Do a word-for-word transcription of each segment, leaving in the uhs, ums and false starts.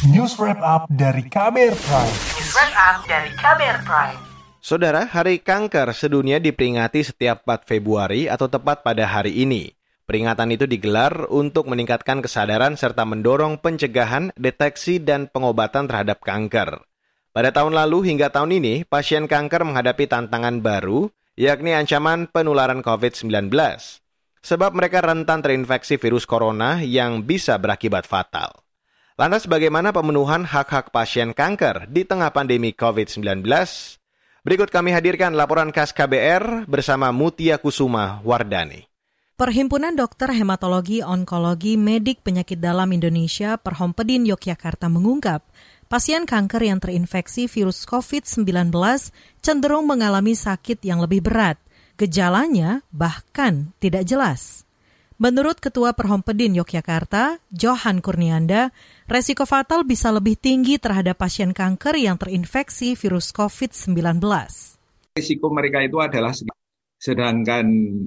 News Wrap Up dari K B R Prime. News Wrap Up dari K B R Prime. Saudara, Hari Kanker sedunia diperingati setiap empat Februari atau tepat pada hari ini. Peringatan itu digelar untuk meningkatkan kesadaran serta mendorong pencegahan, deteksi, dan pengobatan terhadap kanker. Pada tahun lalu hingga tahun ini, pasien kanker menghadapi tantangan baru, yakni ancaman penularan covid sembilan belas. Sebab mereka rentan terinfeksi virus corona yang bisa berakibat fatal. Lantas bagaimana pemenuhan hak-hak pasien kanker di tengah pandemi covid sembilan belas? Berikut kami hadirkan laporan khas K B R bersama Mutia Kusuma Wardani. Perhimpunan Dokter Hematologi Onkologi Medik Penyakit Dalam Indonesia Perhompedin Yogyakarta mengungkap, pasien kanker yang terinfeksi virus covid sembilan belas cenderung mengalami sakit yang lebih berat. Gejalanya bahkan tidak jelas. Menurut Ketua Perhompedin Yogyakarta, Johan Kurnianda, resiko fatal bisa lebih tinggi terhadap pasien kanker yang terinfeksi virus covid sembilan belas. Risiko mereka itu adalah sedangkan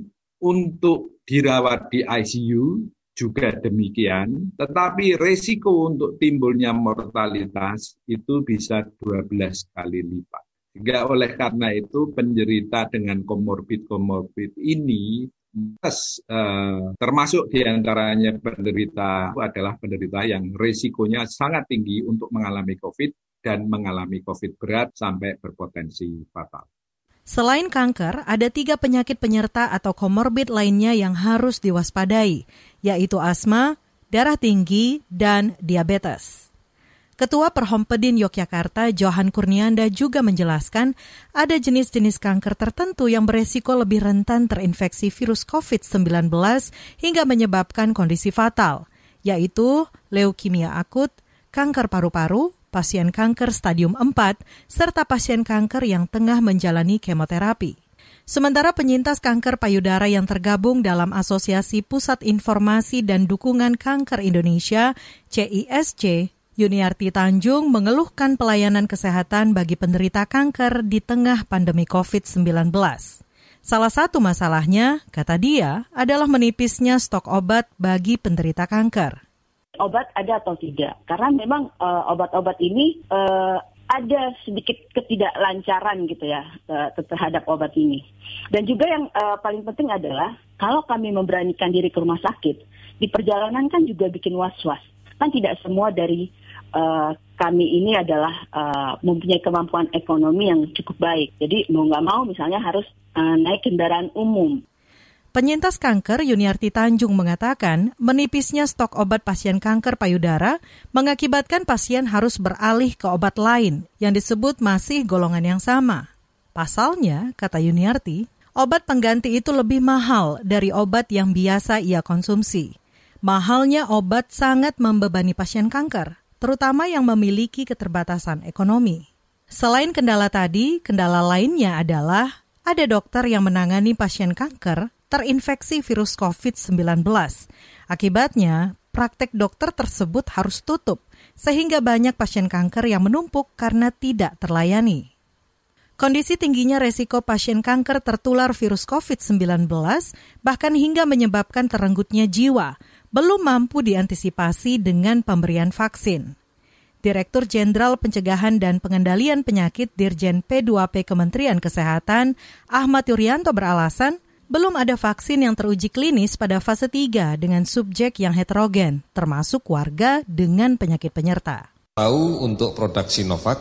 untuk dirawat di I C U juga demikian, tetapi risiko untuk timbulnya mortalitas itu bisa dua belas kali lipat. Sehingga oleh karena itu penderita dengan komorbid-komorbid ini Yes, uh, termasuk diantaranya penderita adalah penderita yang risikonya sangat tinggi untuk mengalami COVID dan mengalami COVID berat sampai berpotensi fatal. Selain kanker, ada tiga penyakit penyerta atau komorbid lainnya yang harus diwaspadai, yaitu asma, darah tinggi, dan diabetes. Ketua Perhompedin Yogyakarta, Johan Kurnianda juga menjelaskan ada jenis-jenis kanker tertentu yang beresiko lebih rentan terinfeksi virus covid sembilan belas hingga menyebabkan kondisi fatal, yaitu leukemia akut, kanker paru-paru, pasien kanker stadium empat, serta pasien kanker yang tengah menjalani kemoterapi. Sementara penyintas kanker payudara yang tergabung dalam Asosiasi Pusat Informasi dan Dukungan Kanker Indonesia, C I S C, Yuniarti Tanjung mengeluhkan pelayanan kesehatan bagi penderita kanker di tengah pandemi covid sembilan belas. Salah satu masalahnya, kata dia, adalah menipisnya stok obat bagi penderita kanker. Obat ada atau tidak? Karena memang uh, obat-obat ini uh, ada sedikit ketidaklancaran gitu ya uh, terhadap obat ini. Dan juga yang uh, paling penting adalah kalau kami memberanikan diri ke rumah sakit, di perjalanan kan juga bikin was-was. Kan tidak semua dari Uh, kami ini adalah uh, mempunyai kemampuan ekonomi yang cukup baik. Jadi mau nggak mau misalnya harus uh, naik kendaraan umum. Penyintas kanker Yuniarti Tanjung mengatakan menipisnya stok obat pasien kanker payudara mengakibatkan pasien harus beralih ke obat lain yang disebut masih golongan yang sama. Pasalnya, kata Yuniarti, obat pengganti itu lebih mahal dari obat yang biasa ia konsumsi. Mahalnya obat sangat membebani pasien kanker, terutama yang memiliki keterbatasan ekonomi. Selain kendala tadi, kendala lainnya adalah ada dokter yang menangani pasien kanker terinfeksi virus covid sembilan belas. Akibatnya, praktek dokter tersebut harus tutup, sehingga banyak pasien kanker yang menumpuk karena tidak terlayani. Kondisi tingginya resiko pasien kanker tertular virus covid sembilan belas bahkan hingga menyebabkan terenggutnya jiwa, belum mampu diantisipasi dengan pemberian vaksin. Direktur Jenderal Pencegahan dan Pengendalian Penyakit Dirjen P dua P Kementerian Kesehatan, Ahmad Yuryanto beralasan, belum ada vaksin yang teruji klinis pada fase tiga dengan subjek yang heterogen, termasuk warga dengan penyakit penyerta. Tahu untuk produk Sinovac,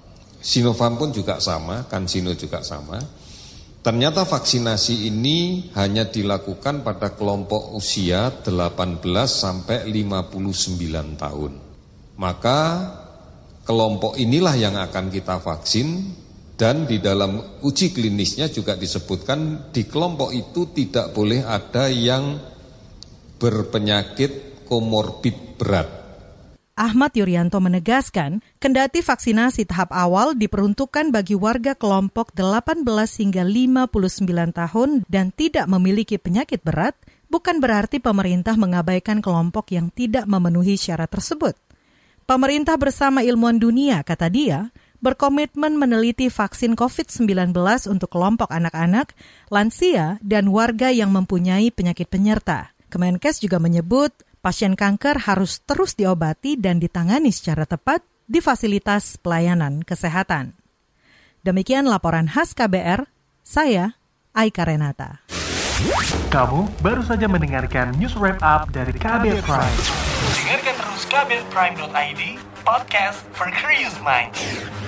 Sinovac pun juga sama, CanSino juga sama. Ternyata vaksinasi ini hanya dilakukan pada kelompok usia delapan belas sampai lima puluh sembilan tahun. Maka kelompok inilah yang akan kita vaksin dan di dalam uji klinisnya juga disebutkan di kelompok itu tidak boleh ada yang berpenyakit komorbid berat. Ahmad Yuryanto menegaskan, kendati vaksinasi tahap awal diperuntukkan bagi warga kelompok delapan belas hingga lima puluh sembilan tahun dan tidak memiliki penyakit berat, bukan berarti pemerintah mengabaikan kelompok yang tidak memenuhi syarat tersebut. Pemerintah bersama ilmuwan dunia, kata dia, berkomitmen meneliti vaksin covid sembilan belas untuk kelompok anak-anak, lansia, dan warga yang mempunyai penyakit penyerta. Kemenkes juga menyebut Pasien kanker harus terus diobati dan ditangani secara tepat di fasilitas pelayanan kesehatan. Demikian laporan khas K B R, saya Aika Renata. Kamu baru saja mendengarkan news wrap up dari K B R Prime. Dengarkan terus k b r prime dot i d, podcast for curious minds.